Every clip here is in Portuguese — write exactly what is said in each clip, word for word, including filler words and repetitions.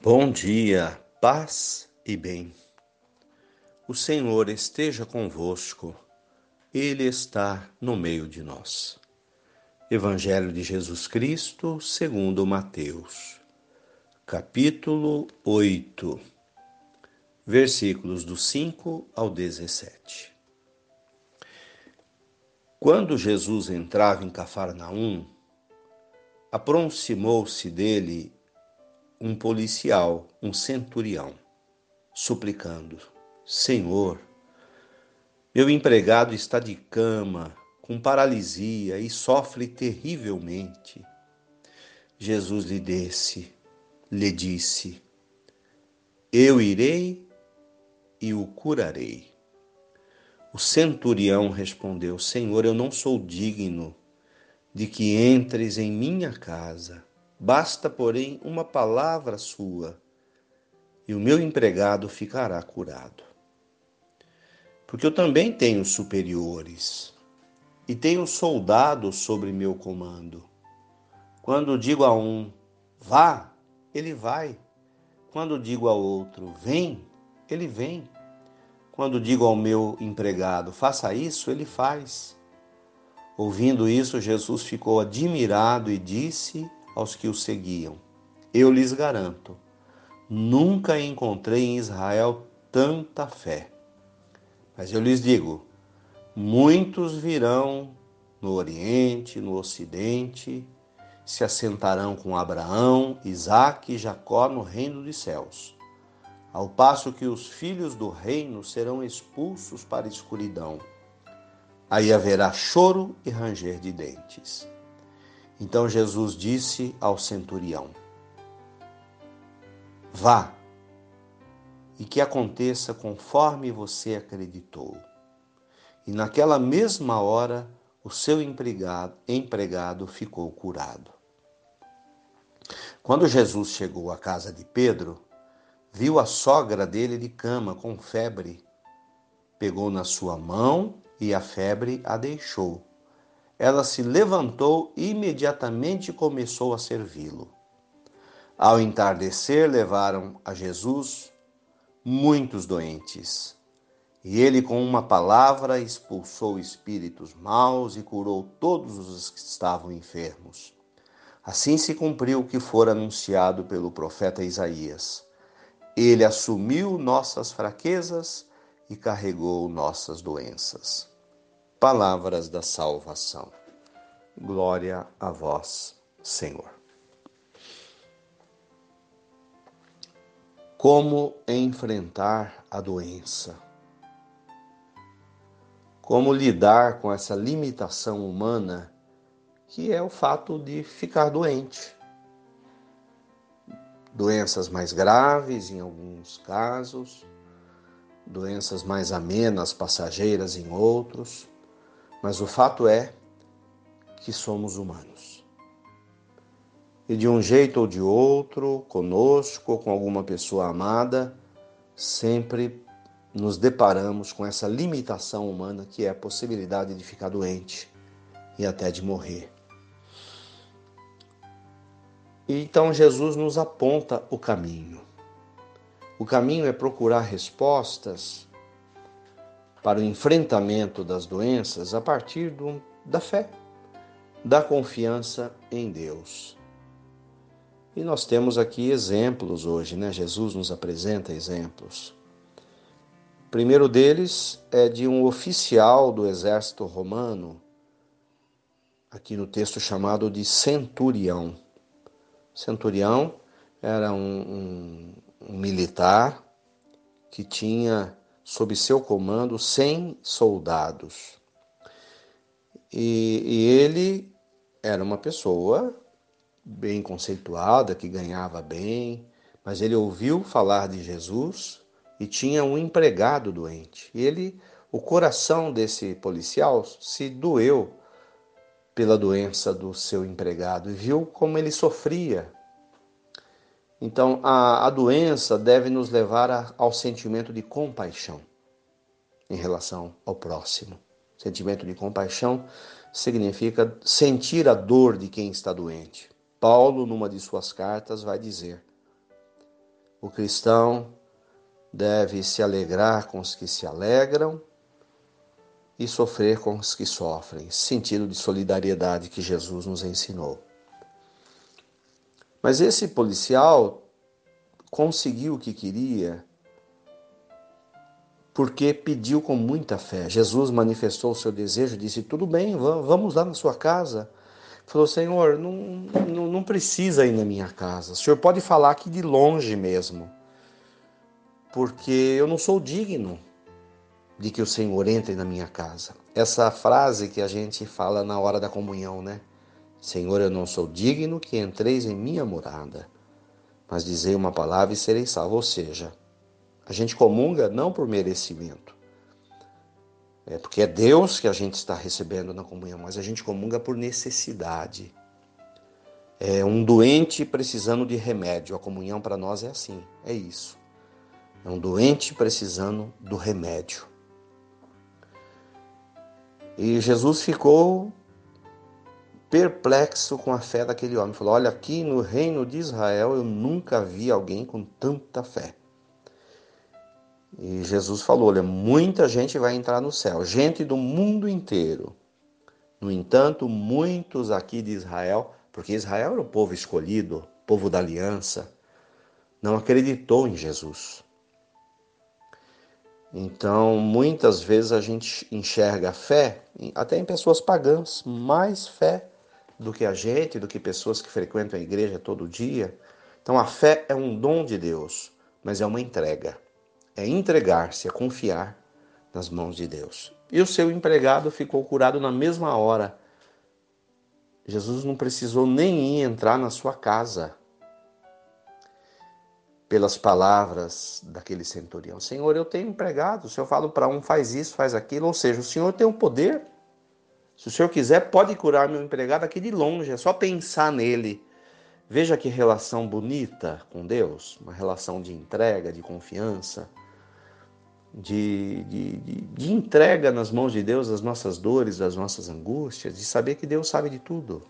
Bom dia, paz e bem. O Senhor esteja convosco, Ele está no meio de nós. Evangelho de Jesus Cristo, segundo Mateus, capítulo oito, versículos do cinco ao dezessete. Quando Jesus entrava em Cafarnaum, aproximou-se dele um policial, um centurião, suplicando: Senhor, meu empregado está de cama, com paralisia e sofre terrivelmente. Jesus lhe disse, lhe disse, eu irei e o curarei. O centurião respondeu, Senhor, eu não sou digno de que entres em minha casa. Basta, porém, uma palavra sua, e o meu empregado ficará curado. Porque eu também tenho superiores, e tenho soldados sobre meu comando. Quando digo a um, vá, ele vai. Quando digo ao outro, vem, ele vem. Quando digo ao meu empregado, faça isso, ele faz. Ouvindo isso, Jesus ficou admirado e disse aos que o seguiam, eu lhes garanto, nunca encontrei em Israel tanta fé. Mas eu lhes digo, muitos virão no Oriente, no Ocidente, se assentarão com Abraão, Isaque e Jacó no reino dos céus, ao passo que os filhos do reino serão expulsos para a escuridão. Aí haverá choro e ranger de dentes. Então Jesus disse ao centurião, vá, e que aconteça conforme você acreditou. E naquela mesma hora, o seu empregado, empregado ficou curado. Quando Jesus chegou à casa de Pedro, viu a sogra dele de cama com febre. Pegou na sua mão e a febre a deixou. Ela se levantou e imediatamente começou a servi-lo. Ao entardecer, levaram a Jesus muitos doentes. E ele, com uma palavra, expulsou espíritos maus e curou todos os que estavam enfermos. Assim se cumpriu o que fora anunciado pelo profeta Isaías. Ele assumiu nossas fraquezas e carregou nossas doenças. Palavras da salvação. Glória a vós, Senhor. Como enfrentar a doença? Como lidar com essa limitação humana que é o fato de ficar doente? Doenças mais graves em alguns casos, doenças mais amenas, passageiras em outros, mas o fato é que somos humanos. E de um jeito ou de outro, conosco ou com alguma pessoa amada, sempre nos deparamos com essa limitação humana que é a possibilidade de ficar doente e até de morrer. E então Jesus nos aponta o caminho. O caminho é procurar respostas para o enfrentamento das doenças a partir do, da fé, da confiança em Deus. E nós temos aqui exemplos hoje, né? Jesus nos apresenta exemplos. O primeiro deles é de um oficial do exército romano, aqui no texto chamado de centurião. Centurião era um, um, um militar que tinha sob seu comando cem soldados. E, e ele era uma pessoa bem conceituada, que ganhava bem, mas ele ouviu falar de Jesus e tinha um empregado doente. E ele, o coração desse policial se doeu pela doença do seu empregado e viu como ele sofria. Então, a, a doença deve nos levar a, ao sentimento de compaixão em relação ao próximo. Sentimento de compaixão significa sentir a dor de quem está doente. Paulo, numa de suas cartas, vai dizer: O cristão deve se alegrar com os que se alegram e sofrer com os que sofrem, esse sentido de solidariedade que Jesus nos ensinou. Mas esse policial conseguiu o que queria porque pediu com muita fé. Jesus manifestou o seu desejo, disse, tudo bem, vamos lá na sua casa. Falou, Senhor, não, não, não precisa ir na minha casa, o Senhor pode falar aqui de longe mesmo, porque eu não sou digno de que o Senhor entre na minha casa. Essa frase que a gente fala na hora da comunhão, né? Senhor, eu não sou digno que entreis em minha morada, mas dizei uma palavra e serei salvo. Ou seja, a gente comunga não por merecimento, é porque é Deus que a gente está recebendo na comunhão, mas a gente comunga por necessidade. É um doente precisando de remédio, a comunhão para nós é assim, é isso. É um doente precisando do remédio. E Jesus ficou perplexo com a fé daquele homem. Falou, olha, aqui no reino de Israel eu nunca vi alguém com tanta fé. E Jesus falou, olha, muita gente vai entrar no céu, gente do mundo inteiro. No entanto, muitos aqui de Israel, porque Israel era o povo escolhido, povo da aliança, não acreditou em Jesus. Então, muitas vezes a gente enxerga a fé, até em pessoas pagãs, mais fé do que a gente, do que pessoas que frequentam a igreja todo dia. Então, a fé é um dom de Deus, mas é uma entrega. É entregar-se, é confiar nas mãos de Deus. E o seu empregado ficou curado na mesma hora. Jesus não precisou nem ir entrar na sua casa. Pelas palavras daquele centurião. Senhor, eu tenho empregado. O Senhor fala para um, faz isso, faz aquilo. Ou seja, o Senhor tem o poder. Se o Senhor quiser, pode curar meu empregado aqui de longe. É só pensar nele. Veja que relação bonita com Deus. Uma relação de entrega, de confiança. De, de, de, de entrega nas mãos de Deus das nossas dores, das nossas angústias. De saber que Deus sabe de tudo.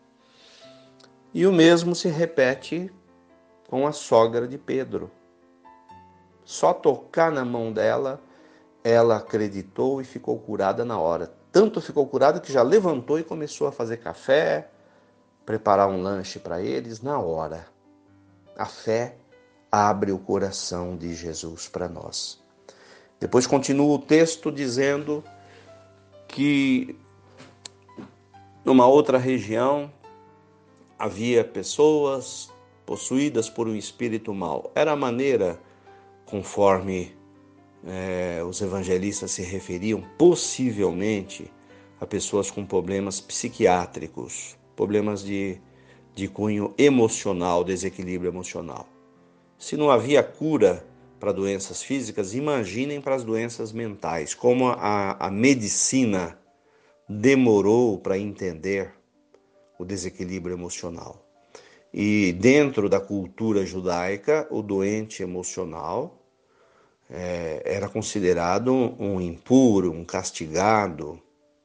E o mesmo se repete com a sogra de Pedro. Só tocar na mão dela, ela acreditou e ficou curada na hora. Tanto ficou curada que já levantou e começou a fazer café, preparar um lanche para eles na hora. A fé abre o coração de Jesus para nós. Depois continua o texto dizendo que numa outra região havia pessoas possuídas por um espírito mau. Era a maneira, conforme é, os evangelistas se referiam, possivelmente a pessoas com problemas psiquiátricos, problemas de, de cunho emocional, desequilíbrio emocional. Se não havia cura para doenças físicas, imaginem para as doenças mentais, como a, a medicina demorou para entender o desequilíbrio emocional. E dentro da cultura judaica, o doente emocional é, era considerado um impuro, um castigado,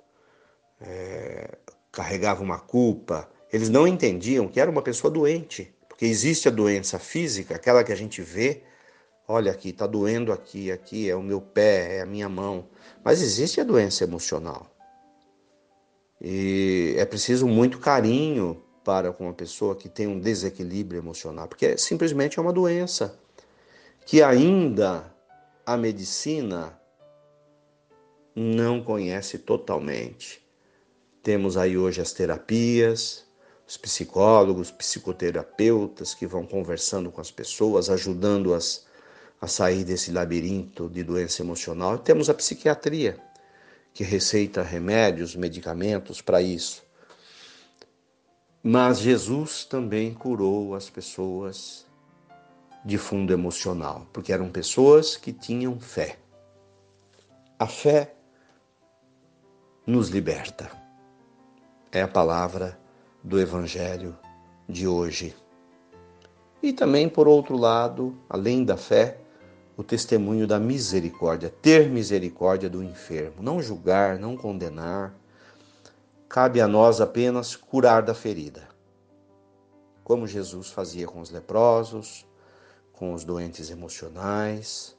é, carregava uma culpa. Eles não entendiam que era uma pessoa doente, porque existe a doença física, aquela que a gente vê, olha aqui, está doendo aqui, aqui é o meu pé, é a minha mão, mas existe a doença emocional. E é preciso muito carinho para com uma pessoa que tem um desequilíbrio emocional, porque simplesmente é uma doença que ainda a medicina não conhece totalmente. Temos aí hoje as terapias, os psicólogos, psicoterapeutas que vão conversando com as pessoas, ajudando-as a sair desse labirinto de doença emocional. E temos a psiquiatria, que receita remédios, medicamentos para isso. Mas Jesus também curou as pessoas de fundo emocional, porque eram pessoas que tinham fé. A fé nos liberta. É a palavra do Evangelho de hoje. E também, por outro lado, além da fé, o testemunho da misericórdia, ter misericórdia do enfermo, não julgar, não condenar. Cabe a nós apenas curar da ferida, como Jesus fazia com os leprosos, com os doentes emocionais,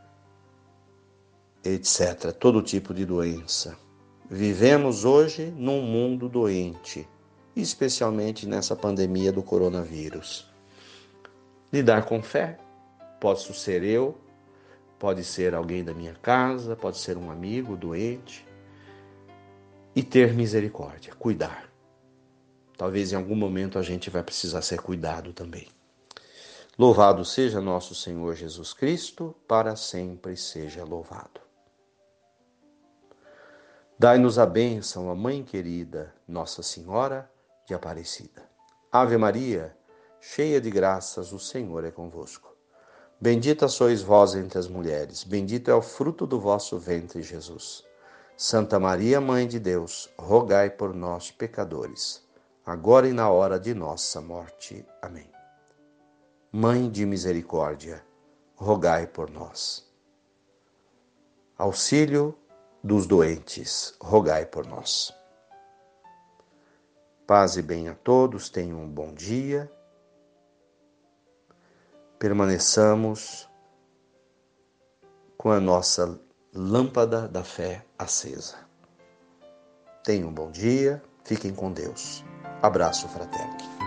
etcétera. Todo tipo de doença. Vivemos hoje num mundo doente, especialmente nessa pandemia do coronavírus. Lidar com fé, posso ser eu, pode ser alguém da minha casa, pode ser um amigo doente, e ter misericórdia, cuidar. Talvez em algum momento a gente vai precisar ser cuidado também. Louvado seja nosso Senhor Jesus Cristo, para sempre seja louvado. Dai-nos a bênção, a Mãe querida, Nossa Senhora de Aparecida. Ave Maria, cheia de graças, o Senhor é convosco. Bendita sois vós entre as mulheres, bendito é o fruto do vosso ventre, Jesus. Santa Maria, Mãe de Deus, rogai por nós, pecadores, agora e na hora de nossa morte. Amém. Mãe de misericórdia, rogai por nós. Auxílio dos doentes, rogai por nós. Paz e bem a todos, tenham um bom dia. Permaneçamos com a nossa lâmpada da fé acesa. Tenham um bom dia, fiquem com Deus. Abraço fraterno.